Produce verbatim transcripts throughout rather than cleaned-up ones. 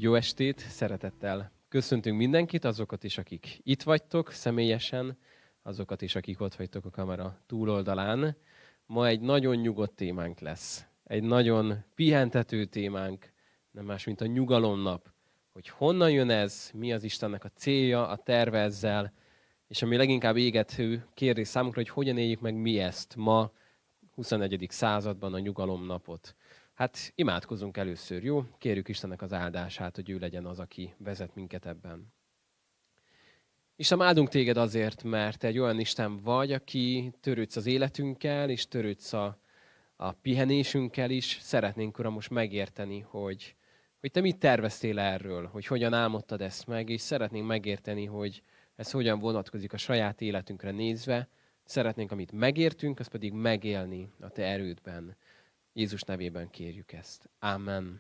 Jó estét, szeretettel köszöntünk mindenkit, azokat is, akik itt vagytok személyesen, azokat is, akik ott vagytok a kamera túloldalán. Ma egy nagyon nyugodt témánk lesz. Egy nagyon pihentető témánk, nem más, mint a nyugalomnap. Hogy honnan jön ez, mi az Istennek a célja, a terve ezzel, és ami leginkább égető kérdés számunkra, hogy hogyan éljük meg mi ezt ma, huszonegyedik században a nyugalomnapot. Hát imádkozunk először, jó? Kérjük Istennek az áldását, hogy ő legyen az, aki vezet minket ebben. Isten, áldunk téged azért, mert te egy olyan Isten vagy, aki törődsz az életünkkel, és törődsz a, a pihenésünkkel is. Szeretnénk, Uram, most megérteni, hogy, hogy te mit terveztél erről, hogy hogyan álmodtad ezt meg, és szeretnénk megérteni, hogy ez hogyan vonatkozik a saját életünkre nézve. Szeretnénk, amit megértünk, az pedig megélni a te erődben. Jézus nevében kérjük ezt. Amen.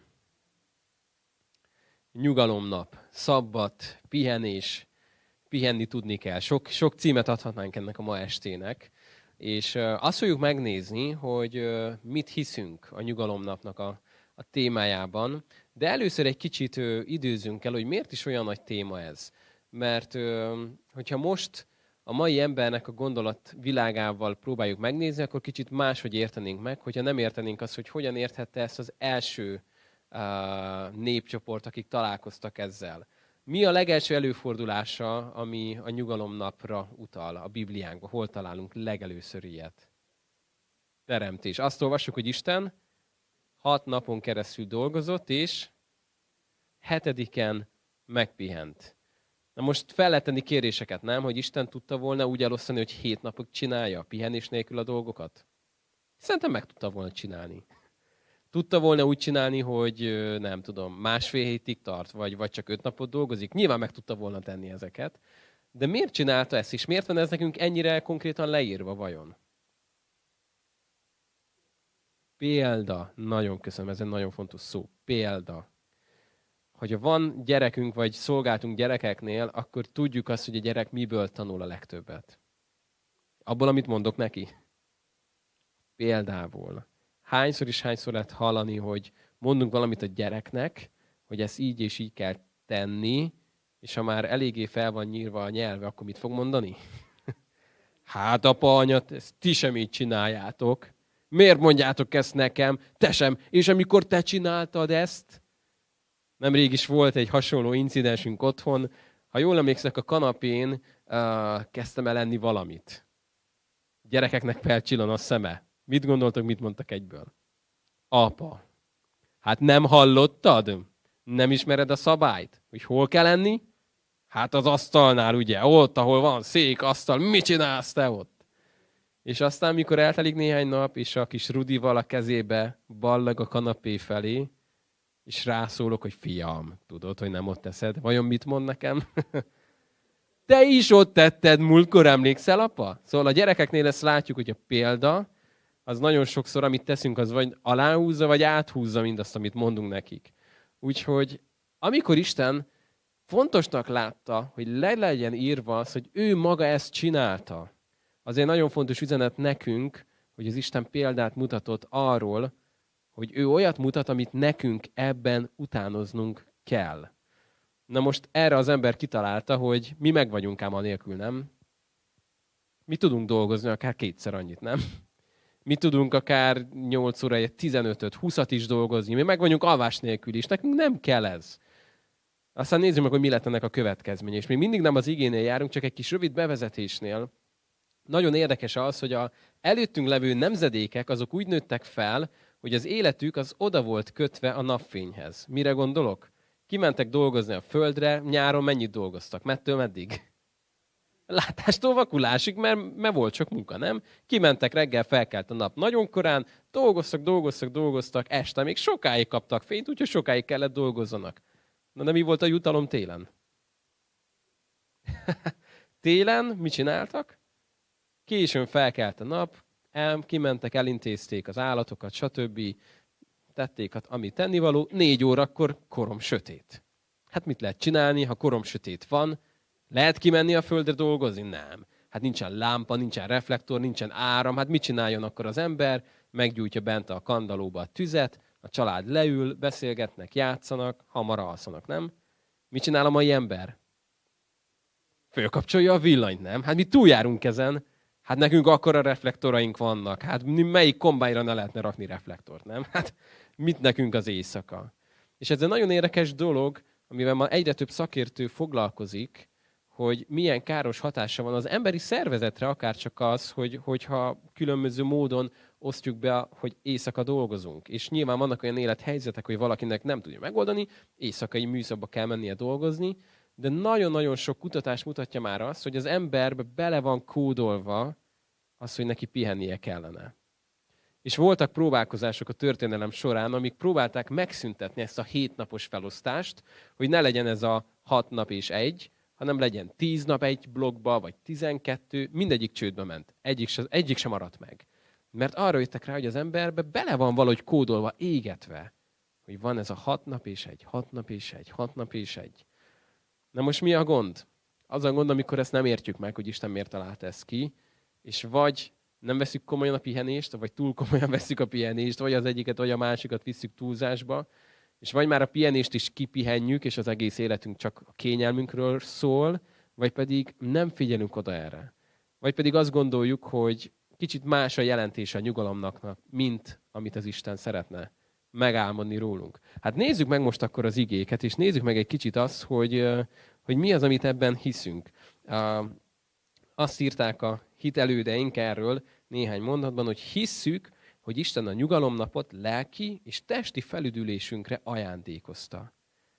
Nyugalomnap, szabbat, pihenés, pihenni tudni kell. Sok, sok címet adhatnánk ennek a ma estének. És azt fogjuk megnézni, hogy mit hiszünk a nyugalomnapnak a, a témájában. De először egy kicsit időzünk el, hogy miért is olyan nagy téma ez. Mert hogyha most a mai embernek a gondolat világával próbáljuk megnézni, akkor kicsit máshogy értenénk meg, hogyha nem értenénk azt, hogy hogyan érthette ezt az első uh, népcsoport, akik találkoztak ezzel. Mi a legelső előfordulása, ami a nyugalomnapra utal a Bibliánkban? Hol találunk legelőször ilyet? Teremtés. Azt olvassuk, hogy Isten hat napon keresztül dolgozott, és hetediken megpihent. Na most fel lehet tenni kérdéseket, nem? Hogy Isten tudta volna úgy elosztani, hogy hét napig csinálja a pihenés nélkül a dolgokat? Szerintem meg tudta volna csinálni. Tudta volna úgy csinálni, hogy nem tudom, másfél hétig tart, vagy, vagy csak öt napot dolgozik? Nyilván meg tudta volna tenni ezeket. De miért csinálta ezt, és miért van ez nekünk ennyire konkrétan leírva vajon? Példa. Nagyon köszönöm, ez egy nagyon fontos szó. Példa. Hogyha van gyerekünk, vagy szolgáltunk gyerekeknél, akkor tudjuk azt, hogy a gyerek miből tanul a legtöbbet. Abból, amit mondok neki. Példából. Hányszor is hányszor lehet hallani, hogy mondunk valamit a gyereknek, hogy ezt így és így kell tenni, és ha már eléggé fel van nyírva a nyelve, akkor mit fog mondani? Hát apa, anya, ezt ti sem így csináljátok. Miért mondjátok ezt nekem? Te sem. És amikor te csináltad ezt, nemrég is volt egy hasonló incidensünk otthon. Ha jól emlékszek, a kanapén uh, kezdtem el enni valamit. Gyerekeknek felcsillan a szeme. Mit gondoltok, mit mondtak egyből? Apa, hát nem hallottad? Nem ismered a szabályt? Hogy hol kell enni? Hát az asztalnál, ugye? Ott, ahol van szék, asztal. Mit csinálsz te ott? És aztán, mikor eltelik néhány nap, és a kis Rudival a kezébe ballag a kanapé felé, és rászólok, hogy fiam, tudod, hogy nem ott teszed. Vajon mit mond nekem? Te is ott tetted múltkor, emlékszel, apa? Szóval a gyerekeknél ezt látjuk, hogy a példa, az nagyon sokszor, amit teszünk, az vagy aláhúzza, vagy áthúzza mindazt, amit mondunk nekik. Úgyhogy amikor Isten fontosnak látta, hogy le legyen írva az, hogy ő maga ezt csinálta, azért nagyon fontos üzenet nekünk, hogy az Isten példát mutatott arról, hogy ő olyat mutat, amit nekünk ebben utánoznunk kell. Na most erre az ember kitalálta, hogy mi meg vagyunk ám anélkül, nem? Mi tudunk dolgozni akár kétszer annyit, nem? Mi tudunk akár nyolc óráját, tizenötöt, húszat is dolgozni. Mi meg vagyunk alvás nélkül is. Nekünk nem kell ez. Aztán nézzük meg, hogy mi lett ennek a következménye. És még mindig nem az igénél járunk, csak egy kis rövid bevezetésnél. Nagyon érdekes az, hogy a előttünk levő nemzedékek, azok úgy nőttek fel, hogy az életük az oda volt kötve a napfényhez. Mire gondolok? Kimentek dolgozni a földre, nyáron mennyit dolgoztak? Mettől meddig? Látástól vakulásig, mert, mert volt sok munka, nem? Kimentek reggel, felkelt a nap nagyon korán, dolgoztak, dolgoztak, dolgoztak, este még sokáig kaptak fényt, úgyhogy sokáig kellett dolgozzanak. Na de mi volt a jutalom télen? Télen mit csináltak? Későn felkelt a nap, el, kimentek, elintézték az állatokat, stb. Tették, ami tennivaló, négy órakor korom sötét. Hát mit lehet csinálni, ha korom sötét van? Lehet kimenni a földre dolgozni? Nem. Hát nincsen lámpa, nincsen reflektor, nincsen áram, hát mit csináljon akkor az ember? Meggyújtja bent a kandallóba a tüzet, a család leül, beszélgetnek, játszanak, hamar alszanak, nem? Mit csinál a mai ember? Fölkapcsolja a villanyt, nem? Hát mi túljárunk ezen. Hát nekünk akkora reflektoraink vannak. Hát melyik kombányra ne lehetne rakni reflektort, nem? Hát mit nekünk az éjszaka? És ez egy nagyon érdekes dolog, amivel ma egyre több szakértő foglalkozik, hogy milyen káros hatása van az emberi szervezetre, akár csak az, hogy, hogyha különböző módon osztjuk be, hogy éjszaka dolgozunk. És nyilván vannak olyan élethelyzetek, hogy valakinek nem tudja megoldani, éjszakai műszakba kell mennie dolgozni, de nagyon-nagyon sok kutatás mutatja már azt, hogy az emberbe bele van kódolva az, hogy neki pihennie kellene. És voltak próbálkozások a történelem során, amik próbálták megszüntetni ezt a hétnapos felosztást, hogy ne legyen ez a hat nap és egy, hanem legyen tíz nap egy blokkba, vagy tizenkettő, mindegyik csődbe ment. Egyik sem, egyik sem maradt meg. Mert arra jöttek rá, hogy az emberbe bele van valahogy kódolva, égetve, hogy van ez a hat nap és egy, hat nap és egy, hat nap és egy. Na most mi a gond? Az a gond, amikor ezt nem értjük meg, hogy Isten miért találta ezt ki, és vagy nem veszük komolyan a pihenést, vagy túl komolyan veszük a pihenést, vagy az egyiket, vagy a másikat visszük túlzásba, és vagy már a pihenést is kipihenjük, és az egész életünk csak a kényelmünkről szól, vagy pedig nem figyelünk oda erre. Vagy pedig azt gondoljuk, hogy kicsit más a jelentése a nyugalomnak, mint amit az Isten szeretne megálmodni rólunk. Hát nézzük meg most akkor az igéket, és nézzük meg egy kicsit azt, hogy, hogy mi az, amit ebben hiszünk. Azt írták a hitelődeink erről néhány mondatban, hogy hisszük, hogy Isten a nyugalomnapot lelki és testi felüdülésünkre ajándékozta.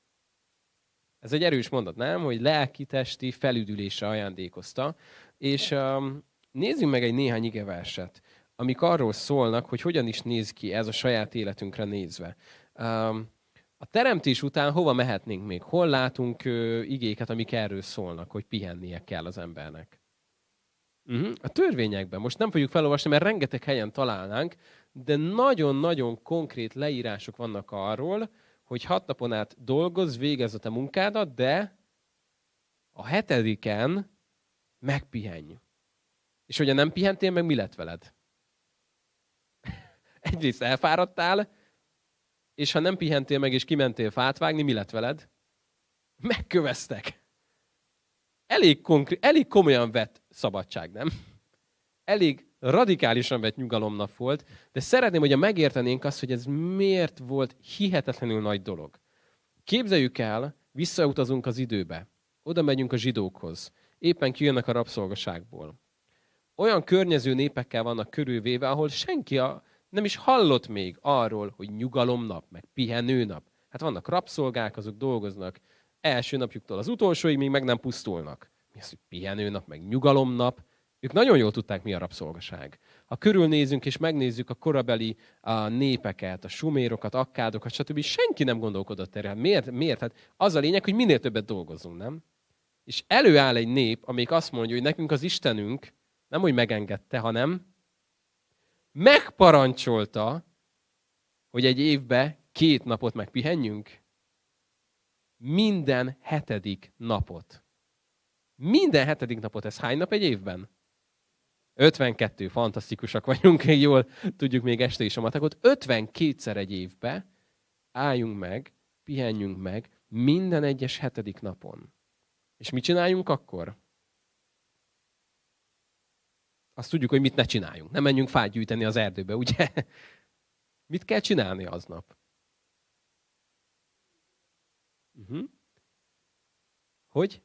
Ez egy erős mondat, nem? Hogy lelki-testi felüdülésre ajándékozta. És um, nézzünk meg egy néhány igeverset, amik arról szólnak, hogy hogyan is néz ki ez a saját életünkre nézve. Um, a teremtés után hova mehetnénk még? Hol látunk uh, igéket, amik erről szólnak, hogy pihennie kell az embernek? Uh-huh. A törvényekben. Most nem fogjuk felolvasni, mert rengeteg helyen találnánk, de nagyon-nagyon konkrét leírások vannak arról, hogy hat napon át dolgozz, végezz a te munkádat, de a hetediken megpihenj. És hogyha nem pihentél, meg mi lett veled? Egyrészt elfáradtál, és ha nem pihentél meg, és kimentél fát vágni, mi lett veled? Megköveztek. Elég, konkrét, elég komolyan vett szabadság, nem? Elég radikálisan vett nyugalomnap volt, de szeretném, hogyha megértenénk azt, hogy ez miért volt hihetetlenül nagy dolog. Képzeljük el, visszautazunk az időbe. Oda megyünk a zsidókhoz. Éppen kijönnek a rabszolgaságból. Olyan környező népekkel vannak körülvéve, ahol senki a, nem is hallott még arról, hogy nyugalomnap, meg pihenőnap. Hát vannak rabszolgák, azok dolgoznak első napjuktól az utolsóig, még meg nem pusztulnak. Mi az, hogy pihenőnap, meg nyugalomnap? Ők nagyon jól tudták, mi a rabszolgaság. Ha körülnézünk és megnézzük a korabeli a népeket, a sumérokat, akkádokat, stb., senki nem gondolkodott erre. Miért? Miért? Hát az a lényeg, hogy minél többet dolgozunk, nem? És előáll egy nép, amelyik azt mondja, hogy nekünk az Istenünk nem, hogy megengedte, hanem megparancsolta, hogy egy évbe két napot megpihenjünk. Minden hetedik napot. Minden hetedik napot. Ez hány nap egy évben? ötvenkettő. Fantasztikusak vagyunk, jól tudjuk még este is a matekot. ötvenkétszer egy évbe álljunk meg, pihenjünk meg minden egyes hetedik napon. És mit csináljunk akkor? Azt tudjuk, hogy mit ne csináljunk. Nem menjünk fát gyűjteni az erdőbe, ugye? Mit kell csinálni aznap? Uh-huh. Hogy?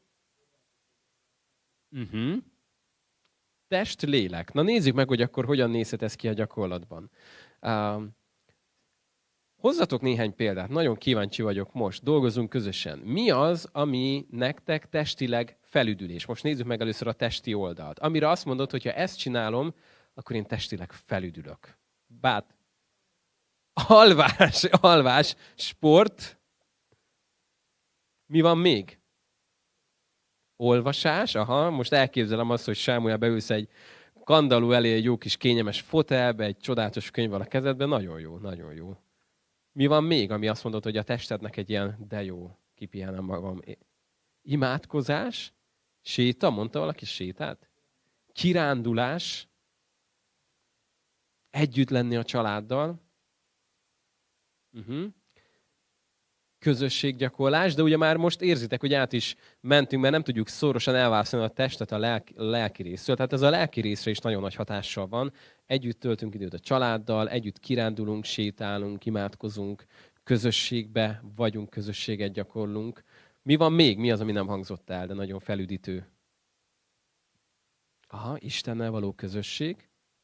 Uh-huh. Test, lélek. Na nézzük meg, hogy akkor hogyan nézhet ez ki a gyakorlatban. Uh, hozzatok néhány példát. Nagyon kíváncsi vagyok most. Dolgozunk közösen. Mi az, ami nektek testileg felüdülés? Most nézzük meg először a testi oldalt. Amire azt mondod, hogy ha ezt csinálom, akkor én testileg felüdülök. Bát. Alvás, alvás, sport. Mi van még? Olvasás, aha, most elképzelem azt, hogy Sámuel beülsz egy kandalló elé egy jó kis kényelmes fotelbe, egy csodálatos könyv van a kezedben, nagyon jó, nagyon jó. Mi van még, ami azt mondod, hogy a testednek egy ilyen, de jó, kipihenem magam. Imádkozás, séta, mondta valaki sétát? Kirándulás, együtt lenni a családdal. Uh-huh. Közösséggyakorlás, de ugye már most érzitek, hogy át is mentünk, mert nem tudjuk szorosan elválasztani a testet a lelki, lelki részről. Tehát ez a lelki részre is nagyon nagy hatással van. Együtt töltünk időt a családdal, együtt kirándulunk, sétálunk, imádkozunk, közösségbe vagyunk, közösséget gyakorlunk. Mi van még? Mi az, ami nem hangzott el, de nagyon felüdítő? Aha, Istennel való közösség.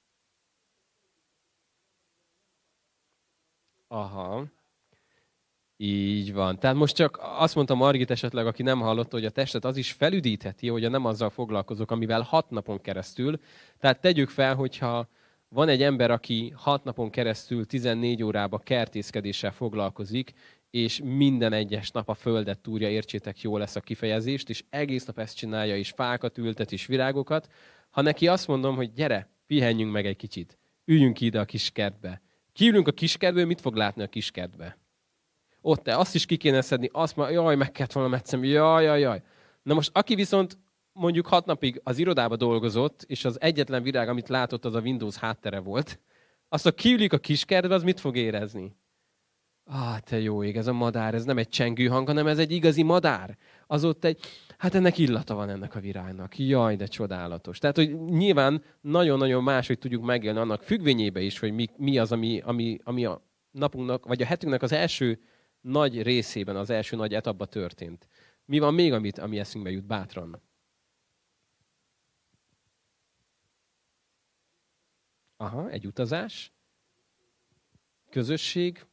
Aha. Így van. Tehát most csak azt mondta Margit esetleg, aki nem hallotta, hogy a testet az is felüdítheti, hogy nem azzal foglalkozok, amivel hat napon keresztül. Tehát tegyük fel, hogyha van egy ember, aki hat napon keresztül tizennégy órába kertészkedéssel foglalkozik, és minden egyes nap a földet túrja, értsétek, jó lesz a kifejezést, és egész nap ezt csinálja, és fákat ültet, és virágokat. Ha neki azt mondom, hogy gyere, pihenjünk meg egy kicsit, üljünk ide a kiskertbe. Kiülünk a kiskertből, mit fog látni a kiskertbe? Ott te azt is ki kéne szedni, azt már, jaj, meg kellett volna metszem, jaj, jaj, jaj. Na most, aki viszont mondjuk hat napig az irodába dolgozott, és az egyetlen virág, amit látott, az a Windows háttere volt, azt, a kiülik a kiskertbe, az mit fog érezni? Ah, te jó ég, ez a madár, ez nem egy csengő hang, hanem ez egy igazi madár. Az ott egy, hát ennek illata van ennek a virágnak. Jaj, de csodálatos. Tehát, hogy nyilván nagyon-nagyon máshogy tudjuk megélni annak függvényébe is, hogy mi, mi az, ami, ami, ami a napunknak, vagy a hetünknek az első nagy részében, az első nagy etapban történt. Mi van még, amit, ami eszünkbe jut bátran? Aha, egy utazás, közösség,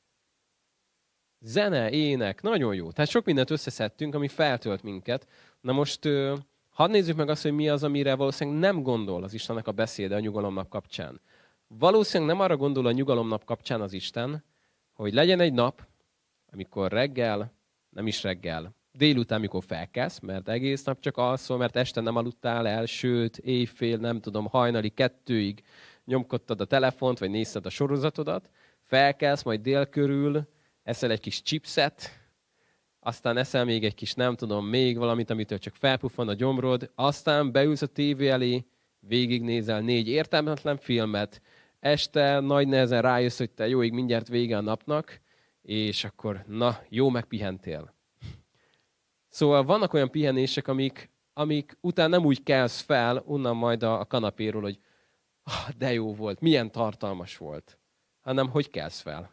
zene, ének, nagyon jó. Tehát sok mindent összeszedtünk, ami feltölt minket. Na most hadd nézzük meg azt, hogy mi az, amire valószínűleg nem gondol az Istennek a beszéde a nyugalomnap kapcsán. Valószínűleg nem arra gondol a nyugalomnap kapcsán az Isten, hogy legyen egy nap, amikor reggel, nem is reggel, délután, amikor felkelsz, mert egész nap csak alszol, mert este nem aludtál el, sőt, éjfél, nem tudom, hajnali kettőig nyomkodtad a telefont, vagy nézted a sorozatodat, felkelsz, majd dél körül, eszel egy kis chipset, aztán eszel még egy kis, nem tudom, még valamit, amitől csak felpuffan a gyomrod, aztán beülsz a tévé elé, végignézel négy értelmetlen filmet, este nagy nehezen rájössz, hogy te jó ég, mindjárt vége a napnak, és akkor, na, jó, megpihentél. Szóval vannak olyan pihenések, amik, amik után nem úgy kelsz fel, onnan majd a, a kanapéról, hogy ah, de jó volt, milyen tartalmas volt, hanem hogy kelsz fel.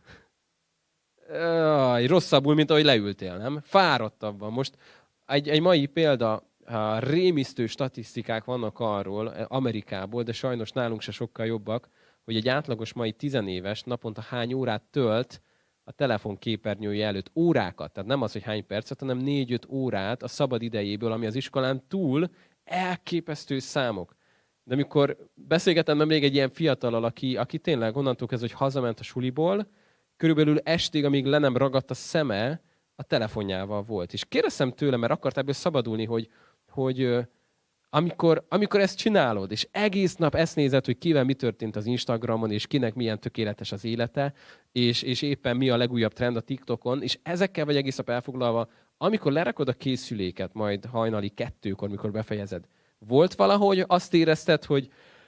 Aj, rosszabbul, mint ahogy leültél, nem? Fáradtabban. Most egy, egy mai példa, rémisztő statisztikák vannak arról, Amerikából, de sajnos nálunk se sokkal jobbak, hogy egy átlagos mai tizenéves naponta hány órát tölt a telefon képernyője előtt. Órákat, tehát nem az, hogy hány percet, hanem négy-öt órát a szabad idejéből, ami az iskolán túl elképesztő számok. De amikor beszélgetem még egy ilyen fiatalal, aki, aki tényleg onnantól kezdve, hogy hazament a suliból, körülbelül estig, amíg le nem ragadt a szeme, a telefonjával volt. És kérdeztem tőle, mert akart ebből szabadulni, hogy, hogy amikor, amikor ezt csinálod, és egész nap ezt nézed, hogy kivel mi történt az Instagramon, és kinek milyen tökéletes az élete, és, és éppen mi a legújabb trend a TikTokon, és ezekkel vagy egész nap elfoglalva, amikor lerakod a készüléket, majd hajnali kettőkor, mikor befejezed, volt valahogy azt érezted, hogy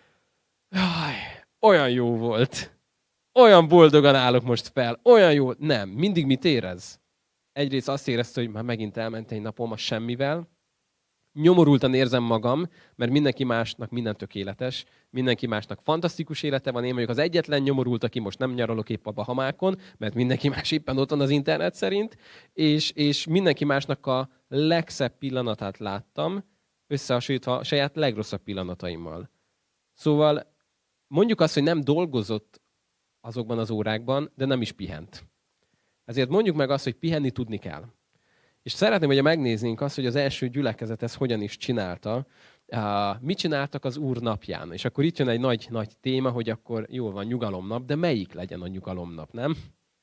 jaj, olyan jó volt, olyan boldogan állok most fel, olyan jó, nem, mindig mit érez? Egyrészt azt érezte, hogy már megint elment egy napom a semmivel, nyomorultan érzem magam, mert mindenki másnak minden tökéletes, mindenki másnak fantasztikus élete van, én vagyok az egyetlen nyomorult, aki most nem nyaralok épp a Bahamákon, mert mindenki más éppen ott van az internet szerint, és, és mindenki másnak a legszebb pillanatát láttam, összehasonlítva a saját legrosszabb pillanataimmal. Szóval mondjuk azt, hogy nem dolgozott azokban az órákban, de nem is pihent. Ezért mondjuk meg azt, hogy pihenni tudni kell. És szeretném, hogy megnéznénk azt, hogy az első gyülekezet ezt hogyan is csinálta. Uh, mit csináltak az Úr napján? És akkor itt jön egy nagy, nagy téma, hogy akkor jól van nyugalomnap, de melyik legyen a nyugalomnap, nem?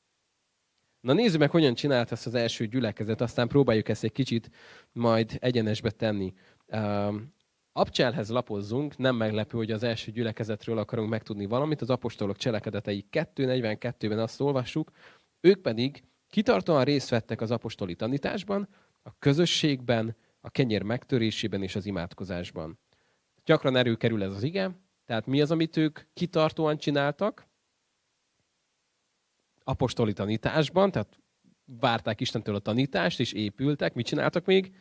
Na nézzük meg, hogyan csinált ezt az első gyülekezet, aztán próbáljuk ezt egy kicsit majd egyenesbe tenni. Uh, Abcselhez lapozzunk, nem meglepő, hogy az első gyülekezetről akarunk megtudni valamit, az apostolok cselekedetei kettő negyvenkettőben azt olvassuk, ők pedig kitartóan részt vettek az apostoli tanításban, a közösségben, a kenyér megtörésében és az imádkozásban. Gyakran előkerül ez az ige, tehát mi az, amit ők kitartóan csináltak? apostoli tanításban, tehát várták Istentől a tanítást, és épültek. Mit csináltak még?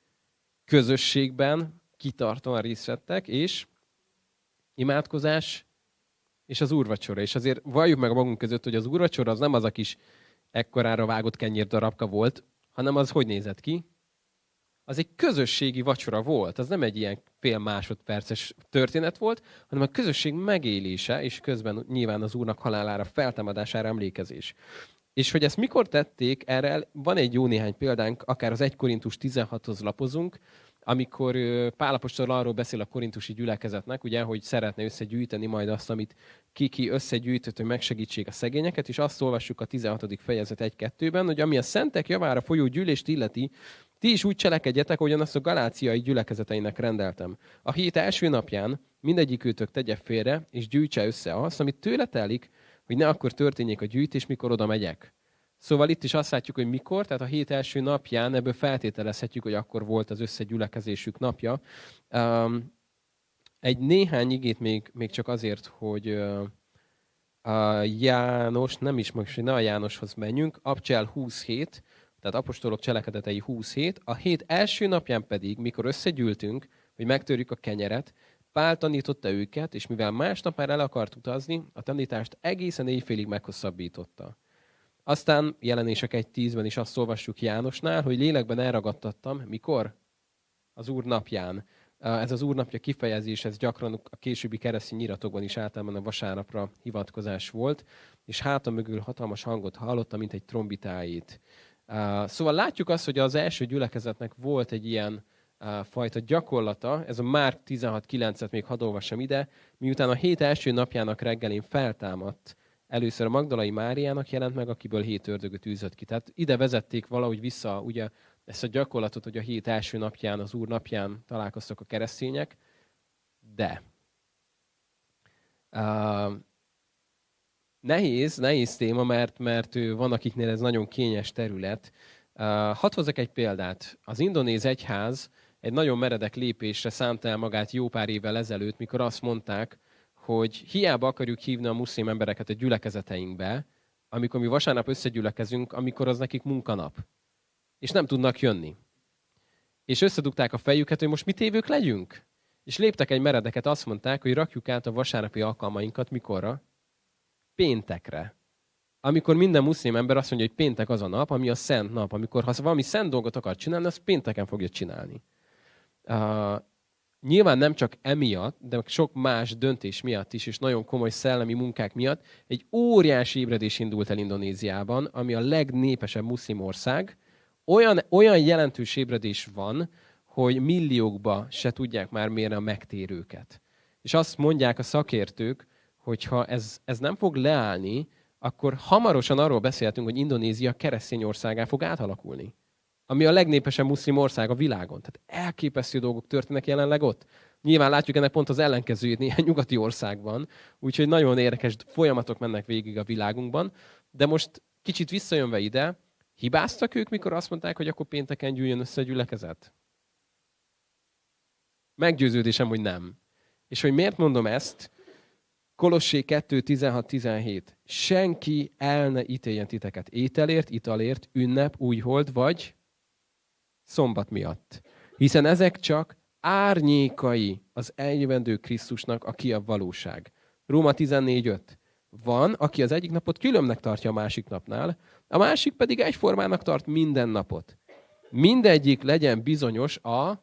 Közösségben kitartóan részt vettek, és imádkozás, és az úrvacsora. És azért valljuk meg a magunk között, hogy az úrvacsora az nem az a kis ekkorára vágott kenyér darabka volt, hanem az hogy nézett ki? Az egy közösségi vacsora volt. Az nem egy ilyen fél másodperces történet volt, hanem a közösség megélése, és közben nyilván az úrnak halálára, feltámadására emlékezés. És hogy ezt mikor tették, erre van egy jó néhány példánk, akár az egy Korintus tizenhathoz lapozunk, amikor Pál apostol arról beszél a korintusi gyülekezetnek, ugye, hogy szeretne összegyűjteni majd azt, amit ki-ki összegyűjtött, hogy megsegítsék a szegényeket, és azt olvassuk a tizenhatodik fejezet egy kettőben, hogy ami a szentek javára folyó gyűlést illeti, ti is úgy cselekedjetek, ahogyan azt a galáciai gyülekezeteinek rendeltem. A hét első napján mindegyikőtök tegye félre, és gyűjtse össze azt, amit tőle telik, hogy ne akkor történjék a gyűjtés, mikor oda megyek. Szóval itt is azt látjuk, hogy mikor, tehát a hét első napján, ebből feltételezhetjük, hogy akkor volt az összegyülekezésük napja. Um, egy néhány igét még, még csak azért, hogy uh, a János, nem is most, hogy ne a Jánoshoz menjünk, Abcsel huszonhét, tehát apostolok cselekedetei huszonhét, a hét első napján pedig, mikor összegyűltünk, hogy megtörjük a kenyeret, Pál tanította őket, és mivel másnap már el akart utazni, a tanítást egészen éjfélig meghosszabbította. Aztán jelenések egy tízben is azt olvassuk Jánosnál, hogy lélekben elragadtattam. Mikor? Az Úr napján. Ez az Úr napja kifejezés, ez gyakran a későbbi keresztény iratokban is általában a vasárnapra hivatkozás volt, és hátam mögül hatalmas hangot hallottam, mint egy trombitáit. Szóval látjuk azt, hogy az első gyülekezetnek volt egy ilyen fajta gyakorlata, ez a Márk tizenhat kilencet még hadd olvassam ide, miután a hét első napjának reggelén feltámadt, először a Magdalai Máriának jelent meg, akiből hét ördögöt űzött ki. Tehát ide vezették valahogy vissza ugye ezt a gyakorlatot, hogy a hét első napján, az Úr napján találkoztak a keresztények, de uh, nehéz, nehéz téma, mert, mert van, akiknél ez nagyon kényes terület. Uh, hadd hozzak egy példát. Az indonéz egyház egy nagyon meredek lépésre szánta el magát jó pár évvel ezelőtt, mikor azt mondták, hogy hiába akarjuk hívni a muszlim embereket a gyülekezeteinkbe, amikor mi vasárnap összegyülekezünk, amikor az nekik munkanap. És nem tudnak jönni. És összedugták a fejüket, hogy most mit évők legyünk? És léptek egy meredeket, azt mondták, hogy rakjuk át a vasárnapi alkalmainkat mikorra? Péntekre. Amikor minden muszlim ember azt mondja, hogy péntek az a nap, ami a szent nap, amikor ha valami szent dolgot akar csinálni, azt pénteken fogja csinálni. Uh, Nyilván nem csak emiatt, de sok más döntés miatt is, és nagyon komoly szellemi munkák miatt egy óriási ébredés indult el Indonéziában, ami a legnépesebb muszlim ország. Olyan, olyan jelentős ébredés van, hogy milliókba se tudják már mérni a megtérőket. És azt mondják a szakértők, hogy ha ez, ez nem fog leállni, akkor hamarosan arról beszélhetünk, hogy Indonézia keresztény országá fog átalakulni. Ami a legnépesebb muszlim ország a világon. Tehát elképesztő dolgok történnek jelenleg ott. Nyilván látjuk ennek pont az ellenkezőjét néhány nyugati országban, úgyhogy nagyon érdekes folyamatok mennek végig a világunkban. De most kicsit visszajönve ide, hibáztak ők, mikor azt mondták, hogy akkor pénteken gyűjjön össze a gyülekezet? Meggyőződésem, hogy nem. És hogy miért mondom ezt? Kolossé kettő tizenhat tizenhét. Senki el ne ítéljen titeket ételért, italért, ünnep, újhold vagy szombat miatt. Hiszen ezek csak árnyékai az eljövendő Krisztusnak, aki a valóság. Róma tizennégy öt. Van, aki az egyik napot különbnek tartja a másik napnál, a másik pedig egyformának tart minden napot. Mindegyik legyen bizonyos a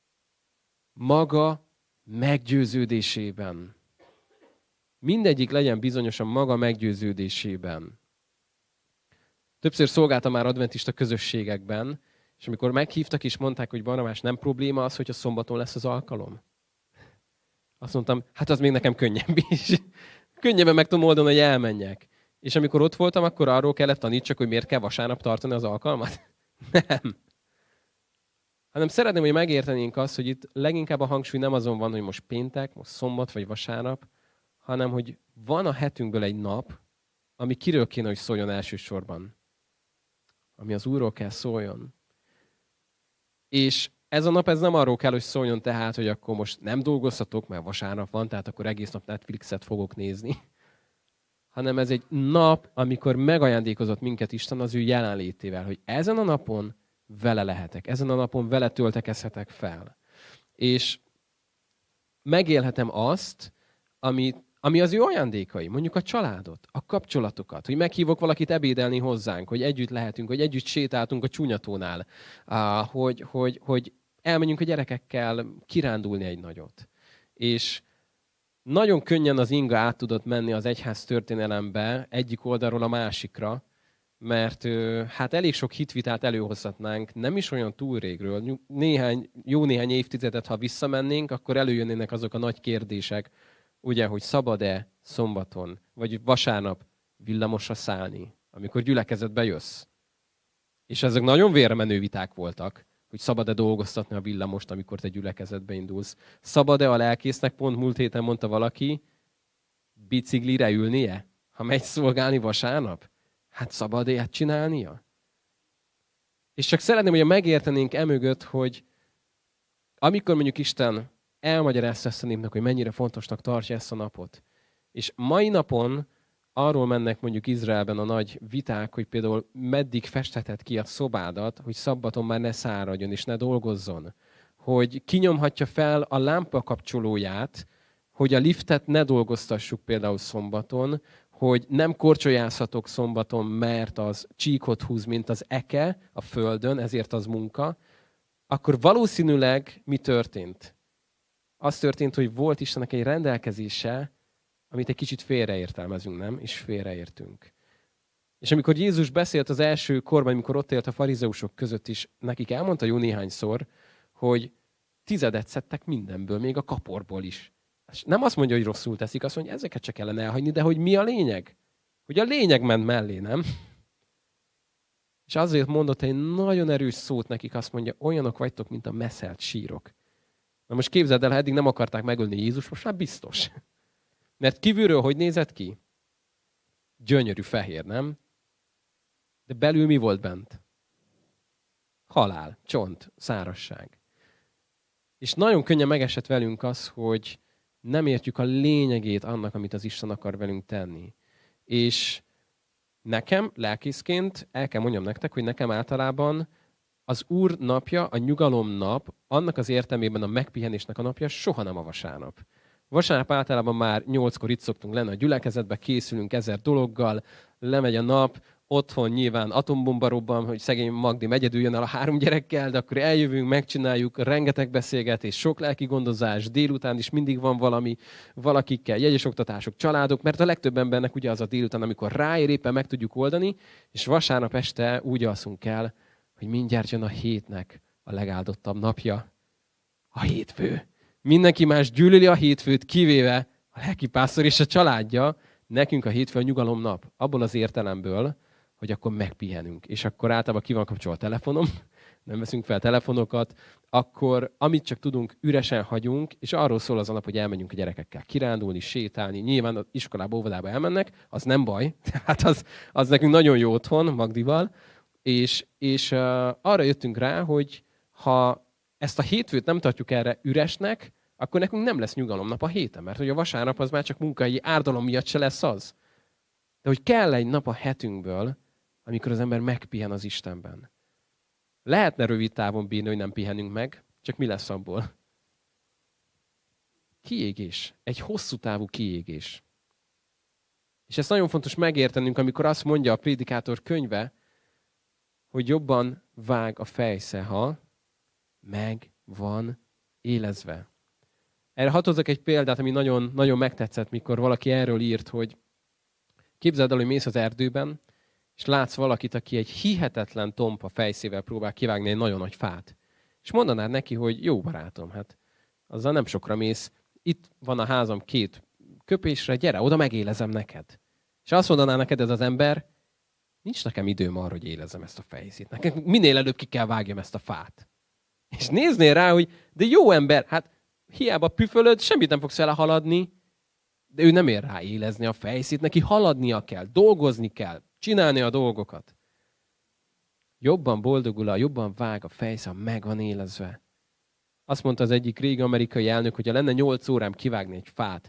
maga meggyőződésében. Mindegyik legyen bizonyos a maga meggyőződésében. Többször szolgáltam már adventista közösségekben, és amikor meghívtak és mondták, hogy Barnabás, nem probléma az, hogyha szombaton lesz az alkalom? Azt mondtam, hát az még nekem könnyebb is. Könnyebben meg tudom oldani, hogy elmenjek. És amikor ott voltam, akkor arról kellett tanítsak, hogy miért kell vasárnap tartani az alkalmat? Nem. Hanem szeretném, hogy megértenénk azt, hogy itt leginkább a hangsúly nem azon van, hogy most péntek, most szombat vagy vasárnap, hanem hogy van a hetünkből egy nap, ami kiről kéne, hogy szóljon elsősorban. Ami az Úrról kell szóljon. És ez a nap ez nem arról kell, hogy szóljon tehát, hogy akkor most nem dolgozhatok, mert vasárnap van, tehát akkor egész nap Netflixet fogok nézni. hanem ez egy nap, amikor megajándékozott minket Isten az ő jelenlétével, hogy ezen a napon vele lehetek, ezen a napon vele töltekezhetek fel. És megélhetem azt, ami, ami az ő ajándékai, mondjuk a családot, a kapcsolatokat, hogy meghívok valakit ebédelni hozzánk, hogy együtt lehetünk, hogy együtt sétáltunk a csúnyatónál, hogy, hogy, hogy elmenjünk a gyerekekkel kirándulni egy nagyot. És nagyon könnyen az inga át tudott menni az egyház történelembe egyik oldalról a másikra, mert hát elég sok hitvitát előhozhatnánk, nem is olyan túl régről. Néhány, jó néhány évtizedet, ha visszamennénk, akkor előjönnének azok a nagy kérdések, ugye, hogy szabad-e szombaton, vagy vasárnap villamosra szállni, amikor gyülekezetbe jössz. És ezek nagyon vérmenő viták voltak, hogy szabad-e dolgoztatni a villamost, amikor te gyülekezetbe indulsz. Szabad-e a lelkésznek, pont múlt héten mondta valaki, biciklire ülnie, ha megy szolgálni vasárnap? Hát szabad ilyet csinálnia? És csak szeretném, hogy megértenénk emögött, hogy amikor mondjuk Isten elmagyarázta ezt a népnek, hogy mennyire fontosnak tartja ezt a napot. És mai napon arról mennek mondjuk Izraelben a nagy viták, hogy például meddig festheted ki a szobádat, hogy szombaton már ne száradjon és ne dolgozzon. Hogy kinyomhatja fel a lámpa kapcsolóját, hogy a liftet ne dolgoztassuk például szombaton, hogy nem korcsolyázhatok szombaton, mert az csíkot húz, mint az eke a földön, ezért az munka, akkor valószínűleg mi történt? Az történt, hogy volt Istennek egy rendelkezése, amit egy kicsit félreértelmezünk, nem? És félreértünk. És amikor Jézus beszélt az első korban, amikor ott élt a farizeusok között is, nekik elmondta jó néhányszor, hogy tizedet szedtek mindenből, még a kaporból is. És nem azt mondja, hogy rosszul teszik, azt mondja, ezeket csak kellene elhagyni, de hogy mi a lényeg? Hogy a lényeg ment mellé, nem? És azért mondott egy nagyon erős szót nekik, azt mondja, olyanok vagytok, mint a meszelt sírok. Na most képzeld el, ha eddig nem akarták megölni Jézus, most már biztos. Mert kívülről hogy nézett ki? Gyönyörű fehér, nem? De belül mi volt bent? Halál, csont, szárazság. És nagyon könnyen megesett velünk az, hogy nem értjük a lényegét annak, amit az Isten akar velünk tenni. És nekem, lelkészként, el kell mondjam nektek, hogy nekem általában az Úr napja, a nyugalom nap, annak az értelmében a megpihenésnek a napja soha nem a vasárnap. Vasárnap általában már nyolckor itt szoktunk lenni a gyülekezetbe, készülünk ezer dologgal, lemegy a nap, otthon nyilván atombomba robban, hogy szegény Magdi egyedül jön el a három gyerekkel, de akkor eljövünk, megcsináljuk, rengeteg beszélgetés, sok lelki gondozás, délután is mindig van valami, valakikkel, jegyes oktatások, családok, mert a legtöbb embernek ugye az a délután, amikor ráér, éppen meg tudjuk oldani, és vasárnap este úgy alszunk el, hogy mindjárt jön a hétnek a legáldottabb napja, a hétfő. Mindenki más gyűlöli a hétfőt, kivéve a lelkipásztor és a családja, nekünk a hétfő a nyugalom nap. Abból az értelemből, hogy akkor megpihenünk. És akkor általában ki van kapcsolva a telefonom, nem veszünk fel telefonokat, akkor amit csak tudunk, üresen hagyunk, és arról szól az a nap, hogy elmenjünk a gyerekekkel kirándulni, sétálni. Nyilván az iskolába, óvodába elmennek, az nem baj, tehát az, az nekünk nagyon jó otthon, Magdival, és, és uh, arra jöttünk rá, hogy ha ezt a hétfőt nem tartjuk erre üresnek, akkor nekünk nem lesz nyugalomnap a héten, mert hogy a vasárnap az már csak munkai árdalom miatt se lesz az. De hogy kell egy nap a hetünkből, amikor az ember megpihen az Istenben. Lehetne rövid távon bírni, hogy nem pihenünk meg, csak mi lesz abból? Kiégés. Egy hosszú távú kiégés. És ezt nagyon fontos megértenünk, amikor azt mondja a Prédikátor könyve, hogy jobban vág a fejsze, ha meg van élezve. Erre hadd hozzak egy példát, ami nagyon, nagyon megtetszett, mikor valaki erről írt, hogy képzeld el, hogy mész az erdőben, és látsz valakit, aki egy hihetetlen tompa fejszével próbál kivágni egy nagyon nagy fát. És mondanád neki, hogy jó barátom, hát azzal nem sokra mész, itt van a házam két köpésre, gyere, oda megélezem neked. És azt mondaná neked ez az ember, nincs nekem időm arra, hogy élezem ezt a fejszét. Nekem minél előbb ki kell vágjam ezt a fát. És néznél rá, hogy de jó ember, hát hiába püfölöd, semmit nem fogsz vele haladni, de ő nem ér rá élezni a fejszét, neki haladnia kell, dolgozni kell, csinálni a dolgokat. Jobban boldogul, a jobban vág a fejsze, ha meg van élezve. Azt mondta az egyik régi amerikai elnök, hogy ha lenne nyolc órám kivágni egy fát,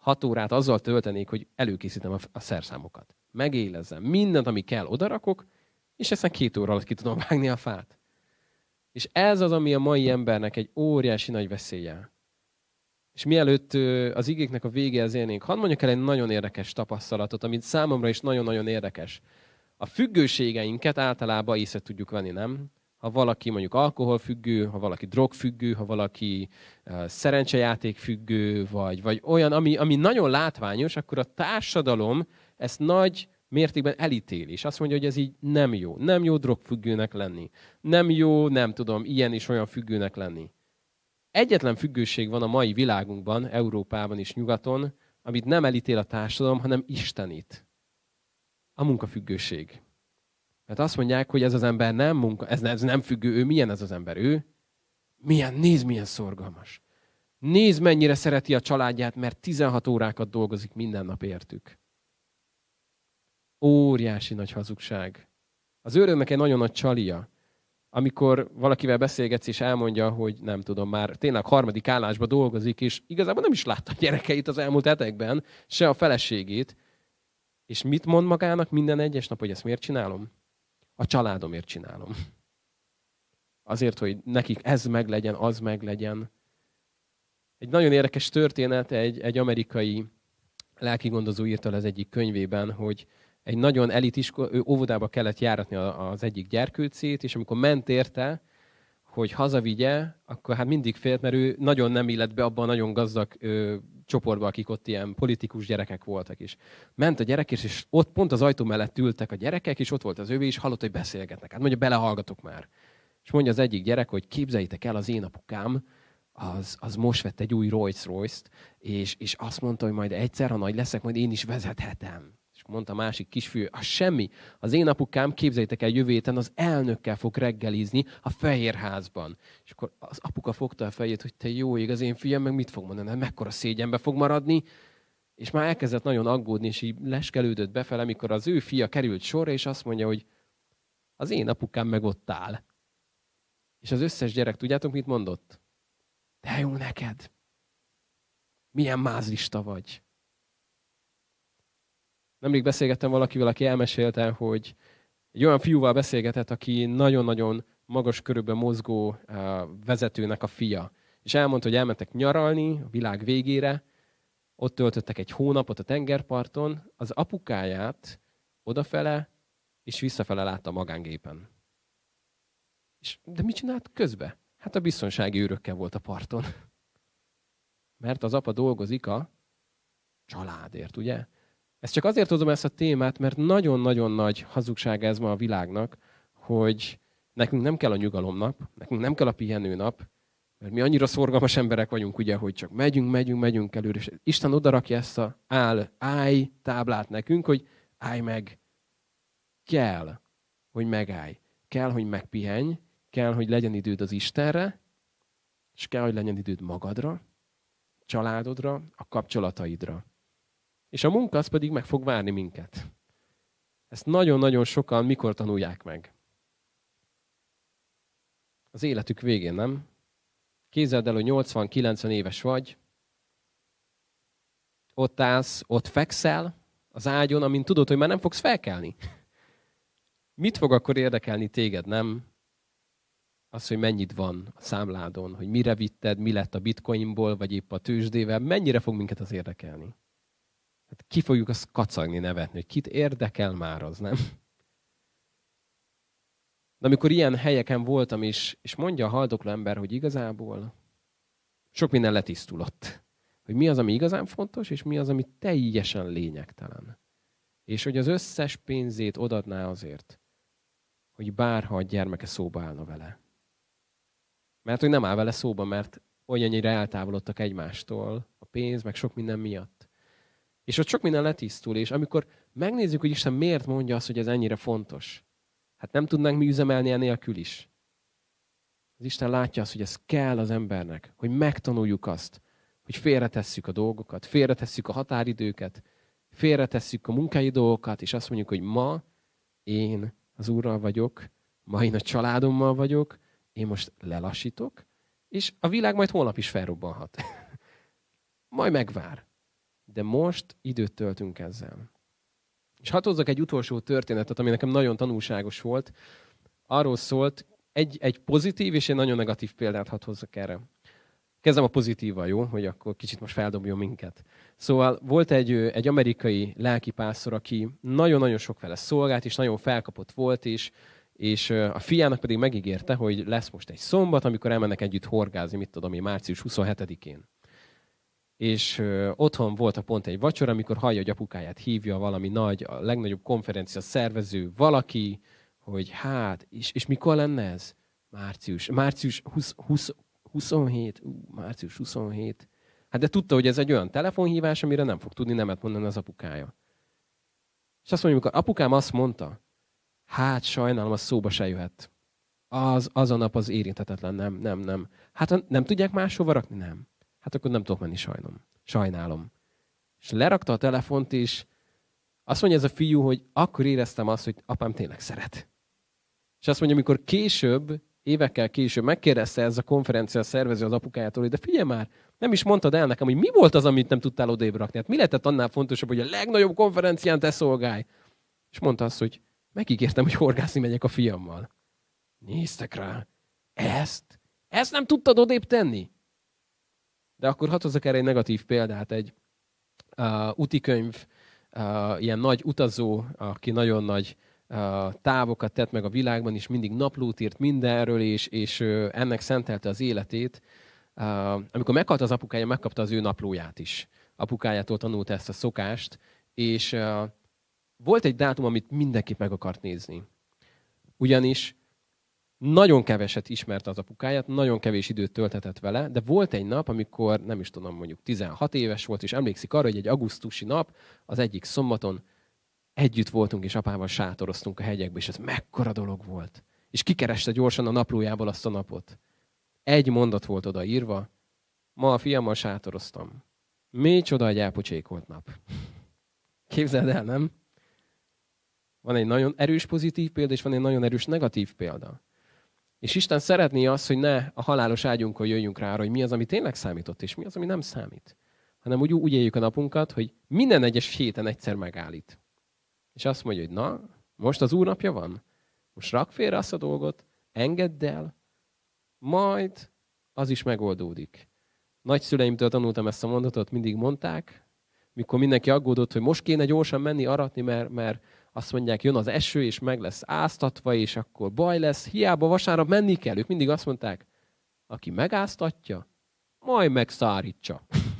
hat órát azzal töltenék, hogy előkészítem a, a szerszámokat. Megélezzem. Mindent, ami kell, odarakok, és aztán két óra alatt ki tudom vágni a fát. És ez az, ami a mai embernek egy óriási nagy veszélye. És mielőtt az igéknek a végéhez érnénk, hadd mondjak el egy nagyon érdekes tapasztalatot, amit számomra is nagyon-nagyon érdekes. A függőségeinket általában észre tudjuk venni, nem? Ha valaki mondjuk alkoholfüggő, ha valaki drogfüggő, ha valaki uh, szerencsejátékfüggő, vagy, vagy olyan, ami, ami nagyon látványos, akkor a társadalom ezt nagy mértékben elítéli, és azt mondja, hogy ez így nem jó. Nem jó drogfüggőnek lenni. Nem jó, nem tudom, ilyen is olyan függőnek lenni. Egyetlen függőség van a mai világunkban, Európában és nyugaton, amit nem elítél a társadalom, hanem istenít. A munkafüggőség. Mert azt mondják, hogy ez az ember nem munka, ez, ez nem függő, ő milyen ez az ember? Ő milyen, nézd milyen szorgalmas. Nézd mennyire szereti a családját, mert tizenhat órákat dolgozik minden nap értük. Óriási nagy hazugság. Az őröknek egy nagyon nagy csalia. Amikor valakivel beszélgetsz és elmondja, hogy nem tudom, már tényleg harmadik állásban dolgozik, és igazából nem is látta a gyerekeit az elmúlt hetekben, se a feleségét, és mit mond magának minden egyes nap, hogy ezt miért csinálom? A családomért csinálom. Azért, hogy nekik ez meglegyen, az meglegyen. Egy nagyon érdekes történet, egy, egy amerikai lelkigondozó írta az egyik könyvében, hogy egy nagyon elit iskola, ő óvodába kellett járatni az egyik gyerkőcét, és amikor ment érte, hogy hazavigye, akkor hát mindig félt, mert ő nagyon nem illett be abban a nagyon gazdag ö, csoportba, akik ott ilyen politikus gyerekek voltak is. Ment a gyerek, és, és ott pont az ajtó mellett ültek a gyerekek, és ott volt az övé, és hallott, hogy beszélgetnek. Hát mondja, belehallgatok már. És mondja az egyik gyerek, hogy képzeljétek el, az én apukám, az, az most vett egy új Rolls-Royce-t, és, és azt mondta, hogy majd egyszer, ha nagy leszek, majd én is vezethetem. És mondta a másik kisfiú, az semmi. Az én apukám, képzeljétek el, jövő héten az elnökkel fog reggelizni a Fehérházban. És akkor az apuka fogta a fejét, hogy te jó ég, az én fiam, meg mit fog mondani, mekkora szégyenbe fog maradni. És már elkezdett nagyon aggódni, és így leskelődött befele, amikor az ő fia került sorra, és azt mondja, hogy az én apukám meg ott áll. És az összes gyerek, tudjátok, mit mondott? De jó neked! Milyen mázlista vagy! Nemrég beszélgettem valakivel, aki elmesélte, hogy egy olyan fiúval beszélgetett, aki nagyon-nagyon magas körülben mozgó vezetőnek a fia. És elmondta, hogy elmentek nyaralni a világ végére, ott töltöttek egy hónapot a tengerparton, az apukáját odafele és visszafele látta a magángépen. És, de mit csinált közben? Hát a biztonsági őrökkel volt a parton. Mert az apa dolgozik a családért, ugye? Ezt csak azért hozom ezt a témát, mert nagyon-nagyon nagy hazugság ez ma a világnak, hogy nekünk nem kell a nyugalomnap, nekünk nem kell a pihenőnap, mert mi annyira szorgalmas emberek vagyunk, ugye, hogy csak megyünk, megyünk, megyünk előre, és Isten odarakja ezt a áll, állj táblát nekünk, hogy állj meg. Kell, hogy megállj. Kell, hogy megpihenj, kell, hogy legyen időd az Istenre, és kell, hogy legyen időd magadra, családodra, a kapcsolataidra. És a munka az pedig meg fog várni minket. Ezt nagyon-nagyon sokan mikor tanulják meg? Az életük végén, nem? Képzeld el, hogy nyolcvan-kilencven éves vagy, ott állsz, ott fekszel az ágyon, amint tudod, hogy már nem fogsz felkelni. Mit fog akkor érdekelni téged, nem? Az, hogy mennyit van a számládon, hogy mire vitted, mi lett a bitcoinból, vagy épp a tőzsdével, mennyire fog minket az érdekelni? Hát ki fogjuk azt kacagni, nevetni, hogy kit érdekel már az, nem? De amikor ilyen helyeken voltam is, és mondja a haldokló ember, hogy igazából sok minden letisztulott. Hogy mi az, ami igazán fontos, és mi az, ami teljesen lényegtelen. És hogy az összes pénzét odadná azért, hogy bárha a gyermeke szóba állna vele. Mert hogy nem áll vele szóba, mert olyannyira eltávolodtak egymástól a pénz, meg sok minden miatt. És ott sok minden letisztul, és amikor megnézzük, hogy Isten miért mondja azt, hogy ez ennyire fontos, hát nem tudnánk mi üzemelni enélkül is. Az Isten látja azt, hogy ez kell az embernek, hogy megtanuljuk azt, hogy félretesszük a dolgokat, félretesszük a határidőket, félretesszük a munkai dolgokat, és azt mondjuk, hogy ma én az Úrral vagyok, ma én a családommal vagyok, én most lelassítok, és a világ majd holnap is felrobbanhat. Majd megvár. de most időt töltünk ezzel. És hadd hozzak egy utolsó történetet, ami nekem nagyon tanulságos volt. Arról szólt, egy, egy pozitív és egy nagyon negatív példát hadd hozzak erre. Kezdem a pozitívval, jó? Hogy akkor kicsit most feldobjon minket. Szóval volt egy, egy amerikai lelkipásztor, aki nagyon-nagyon sok vele szolgált, és nagyon felkapott volt, és, és a fiának pedig megígérte, hogy lesz most egy szombat, amikor elmennek együtt horgázni, mit tudom én, március huszonhetedikén. És ö, otthon volt a pont egy vacsora, amikor hallja, hogy apukáját hívja valami nagy, a legnagyobb konferencia szervező valaki, hogy hát, és, és mikor lenne ez? Március, március húsz, húsz, huszonhét, ú, március huszonhét. Hát de tudta, hogy ez egy olyan telefonhívás, amire nem fog tudni nemet mondani az apukája. És azt mondja, amikor apukám azt mondta, hát sajnálom, az szóba se jöhet. Az, az a nap az érinthetetlen, nem, nem, nem. Hát nem tudják máshova rakni? Nem. Hát akkor nem tudok menni, sajnom. Sajnálom. És lerakta a telefont, és azt mondja ez a fiú, hogy akkor éreztem azt, hogy apám tényleg szeret. És azt mondja, amikor később, évekkel később megkérdezte ez a konferencia szervező az apukájától, hogy de figyelj már, nem is mondtad el nekem, hogy mi volt az, amit nem tudtál odébb rakni. Hát mi lehetett annál fontosabb, hogy a legnagyobb konferencián te szolgálj? És mondta azt, hogy megígértem, hogy horgászni megyek a fiammal. Néztek rá. Ezt? Ezt nem tudtad odébb tenni? De akkor hadd hozzak erre egy negatív példát. Egy uh, utikönyv, uh, ilyen nagy utazó, aki nagyon nagy uh, távokat tett meg a világban, és mindig naplót írt mindenről, és, és uh, ennek szentelte az életét. Uh, amikor meghalt az apukája, megkapta az ő naplóját is. Apukájától tanulta ezt a szokást, és uh, volt egy dátum, amit mindenképp meg akart nézni. Ugyanis nagyon keveset ismerte az apukáját, nagyon kevés időt töltetett vele, de volt egy nap, amikor, nem is tudom, mondjuk tizenhat éves volt, és emlékszik arra, hogy egy augusztusi nap, az egyik szombaton együtt voltunk, és apával sátoroztunk a hegyekbe, és ez mekkora dolog volt. És kikereste gyorsan a naplójából azt a napot. Egy mondat volt odaírva, ma a fiammal sátoroztam. Micsoda egy elpocsékolt nap. Képzeld el, nem? Van egy nagyon erős pozitív példa, és van egy nagyon erős negatív példa. És Isten szeretné azt, hogy ne a halálos ágyunkon jöjjünk rá arra, hogy mi az, ami tényleg számított, és mi az, ami nem számít. Hanem úgy, úgy éljük a napunkat, hogy minden egyes héten egyszer megállít. És azt mondja, hogy na, most az Úr napja van. Most rak félre azt a dolgot, engedd el, majd az is megoldódik. Nagyszüleimtől tanultam ezt a mondatot, mindig mondták, mikor mindenki aggódott, hogy most kéne gyorsan menni aratni, mert, mert azt mondják, jön az eső, és meg lesz áztatva, és akkor baj lesz. Hiába vasárnap menni kell. Ők mindig azt mondták, aki megáztatja, majd megszárítsa.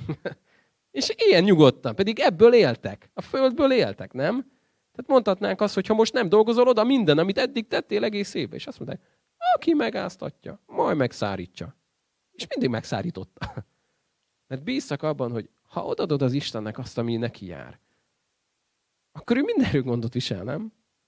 És ilyen nyugodtan, pedig ebből éltek. A földből éltek, nem? Tehát mondhatnánk azt, hogy ha most nem dolgozol oda minden, amit eddig tettél egész évben. És azt mondták, aki megáztatja, majd megszárítsa. És mindig megszárította. Mert bíztak abban, hogy ha odadod az Istennek azt, ami neki jár, akkor ő mindenről gondot visel, nem?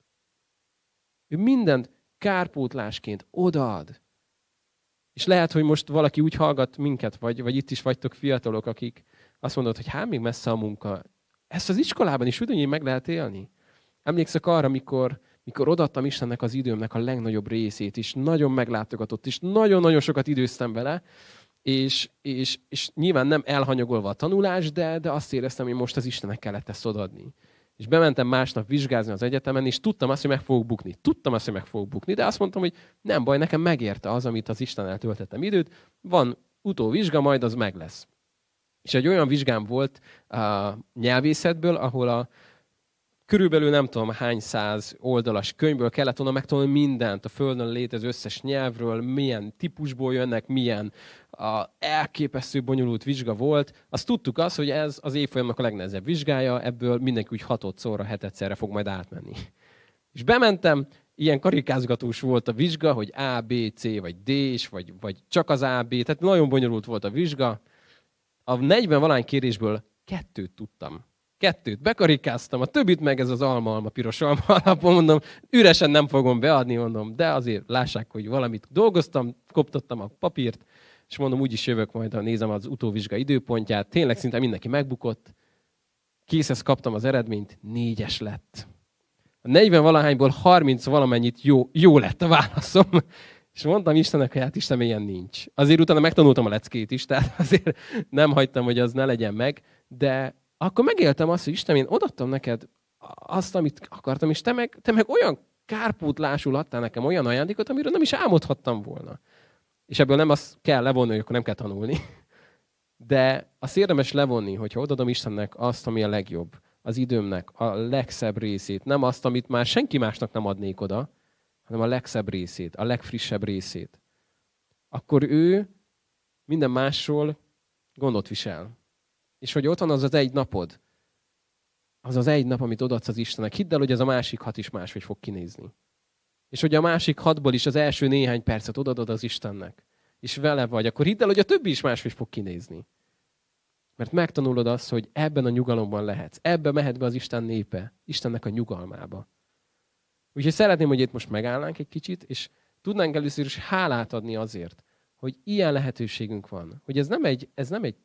Ő mindent kárpótlásként odaad. És lehet, hogy most valaki úgy hallgat minket, vagy, vagy itt is vagytok fiatalok, akik azt mondod, hogy hát még messze a munka. Ezt az iskolában is ugyanúgy meg lehet élni. Emlékszek arra, mikor, mikor odaadtam Istennek az időmnek a legnagyobb részét, és nagyon meglátogatott, és nagyon-nagyon sokat időztem vele, és, és, és nyilván nem elhanyagolva a tanulás, de, de azt éreztem, hogy most az Istennek kellett ezt odaadni. És bementem másnap vizsgázni az egyetemen, és tudtam azt, hogy meg fogok bukni. Tudtam azt, hogy meg fogok bukni, de azt mondtam, hogy nem baj, nekem megérte az, amit az Istennel töltettem időt. Van utóvizsga, majd az meg lesz. És egy olyan vizsgám volt a nyelvészetből, ahol a körülbelül nem tudom hány száz oldalas könyvből kellett volna megtanulni mindent a Földön létező összes nyelvről, milyen típusból jönnek, milyen a elképesztő bonyolult vizsga volt. Azt tudtuk azt, hogy ez az évfolyamnak a legnehezebb vizsgája, ebből mindenki úgy hatodszorra, hetedszerre fog majd átmenni. És bementem, ilyen karikázgatós volt a vizsga, hogy A, B, C, vagy D, és vagy, vagy csak az A, B, tehát nagyon bonyolult volt a vizsga. A negyven valány kérdésből kettőt tudtam. Kettőt bekarikáztam, a többit meg ez az alma-alma, piros alma alapon, mondom, üresen nem fogom beadni, mondom, de azért lássák, hogy valamit dolgoztam, koptottam a papírt, és mondom, úgyis jövök majd, ha nézem az utóvizsga időpontját. Tényleg szinte mindenki megbukott. Készhez kaptam az eredményt, négyes lett. A negyven valahányból harminc valamennyit jó, jó lett a válaszom. És mondtam Istennek, hogy hát Isten, ilyen nincs. Azért utána megtanultam a leckét is, tehát azért nem hagytam, hogy az ne legyen meg, de akkor megéltem azt, hogy Isten, én odaadtam neked azt, amit akartam, és te meg, te meg olyan kárpótlásul adtál nekem olyan ajándékot, amiről nem is álmodhattam volna. És ebből nem azt kell levonni, hogy akkor nem kell tanulni. De azt érdemes levonni, hogyha odaadom Istennek azt, ami a legjobb, az időmnek a legszebb részét, nem azt, amit már senki másnak nem adnék oda, hanem a legszebb részét, a legfrissebb részét. Akkor ő minden másról gondot visel. És hogy ott van az az egy napod, az az egy nap, amit odaadsz az Istennek, hidd el, hogy ez a másik hat is máshogy fog kinézni. És hogy a másik hatból is az első néhány percet odaadod az Istennek, és vele vagy, akkor hidd el, hogy a többi is máshogy fog kinézni. Mert megtanulod azt, hogy ebben a nyugalomban lehetsz. Ebbe mehet be az Isten népe, Istennek a nyugalmába. Úgyhogy szeretném, hogy itt most megállnánk egy kicsit, és tudnánk először is hálát adni azért, hogy ilyen lehetőségünk van. Hogy ez nem egy, ez nem egy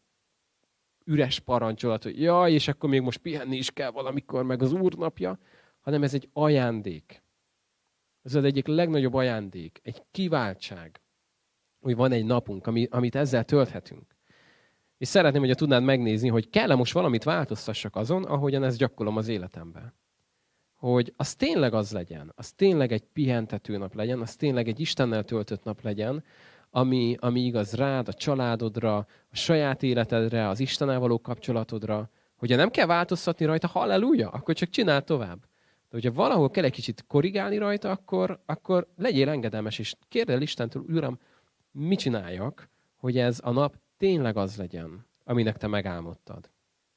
üres parancsolat, hogy jaj, és akkor még most pihenni is kell valamikor, meg az Úr napja, hanem ez egy ajándék. Ez az egyik legnagyobb ajándék, egy kiváltság, hogy van egy napunk, ami, amit ezzel tölthetünk. És szeretném, hogyha tudnád megnézni, hogy kell-e most valamit változtassak azon, ahogyan ezt gyakorlom az életemben. Hogy az tényleg az legyen, az tényleg egy pihentető nap legyen, az tényleg egy Istennel töltött nap legyen, ami, ami igaz rád, a családodra, a saját életedre, az Istennel való kapcsolatodra. Hogyha nem kell változtatni rajta, halleluja, akkor csak csinál tovább. De hogyha valahol kell egy kicsit korrigálni rajta, akkor, akkor legyél engedelmes, és kérd el Istentől, Uram, mit csináljak, hogy ez a nap tényleg az legyen, aminek te megálmodtad.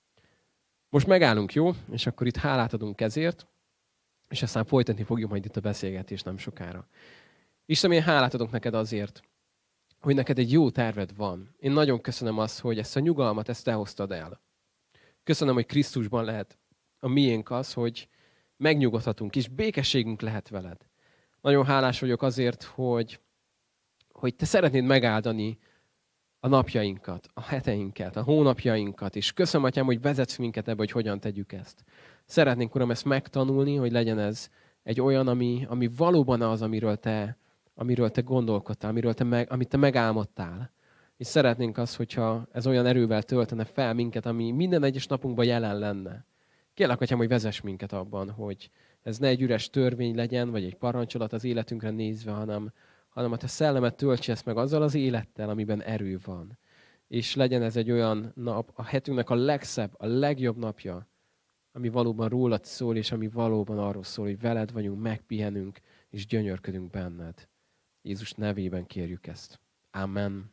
Most megállunk, jó? És akkor itt hálát adunk ezért, és aztán folytatni fogjuk majd itt a beszélgetést nem sokára. Istenem, én hálát adok neked azért, hogy neked egy jó terved van. Én nagyon köszönöm azt, hogy ezt a nyugalmat, ezt te hoztad el. Köszönöm, hogy Krisztusban lehet a miénk az, hogy megnyugodhatunk, és békességünk lehet veled. Nagyon hálás vagyok azért, hogy, hogy te szeretnéd megáldani a napjainkat, a heteinket, a hónapjainkat, és köszönöm, Atyám, hogy vezetsz minket ebbe, hogy hogyan tegyük ezt. Szeretnénk, Uram, ezt megtanulni, hogy legyen ez egy olyan, ami, ami valóban az, amiről te, amiről te gondolkodtál, amiről te meg, amit te megálmodtál. És szeretnénk azt, hogyha ez olyan erővel töltene fel minket, ami minden egyes napunkban jelen lenne. Kérlek, Atyám, hogy vezess minket abban, hogy ez ne egy üres törvény legyen, vagy egy parancsolat az életünkre nézve, hanem, hanem a te szellemet töltse ezt meg azzal az élettel, amiben erő van. És legyen ez egy olyan nap, a hetünknek a legszebb, a legjobb napja, ami valóban rólad szól, és ami valóban arról szól, hogy veled vagyunk, megpihenünk, és gyönyörködünk benned. Jézus nevében kérjük ezt. Amen.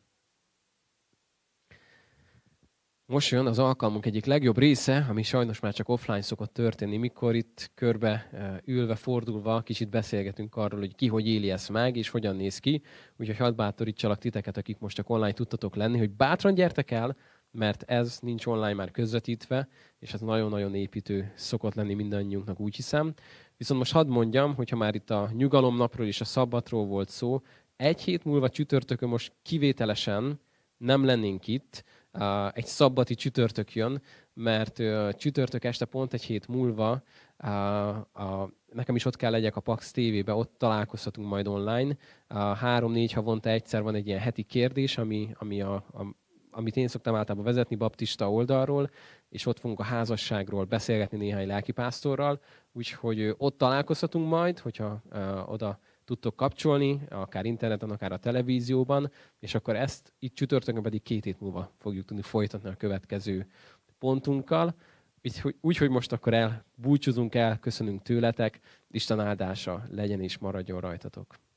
Most jön az alkalmunk egyik legjobb része, ami sajnos már csak offline szokott történni, mikor itt körbe ülve, fordulva kicsit beszélgetünk arról, hogy ki hogy éli ezt meg, és hogyan néz ki. Úgyhogy hadd bátorítsalak titeket, akik most csak online tudtatok lenni, hogy bátran gyertek el, mert ez nincs online már közvetítve, és ez nagyon-nagyon építő szokott lenni mindannyiunknak, úgy hiszem. Viszont most hadd mondjam, hogyha már itt a nyugalomnapról és a szabbatról volt szó, egy hét múlva csütörtökön most kivételesen nem lennénk itt, egy szabbati csütörtök jön, mert csütörtök este pont egy hét múlva a, a, nekem is ott kell legyek a Pax té vébe, ott találkozhatunk majd online. Három-négy havonta egyszer van egy ilyen heti kérdés, ami, ami a, a amit én szoktam általában vezetni baptista oldalról, és ott fogunk a házasságról beszélgetni néhány lelkipásztorral, úgyhogy ott találkozhatunk majd, hogyha uh, oda tudtok kapcsolni, akár interneten, akár a televízióban, és akkor ezt itt csütörtökön pedig két hét múlva fogjuk tudni folytatni a következő pontunkkal. Úgyhogy úgy, hogy most akkor el búcsúzunk el, köszönünk tőletek, Isten áldása legyen és maradjon rajtatok.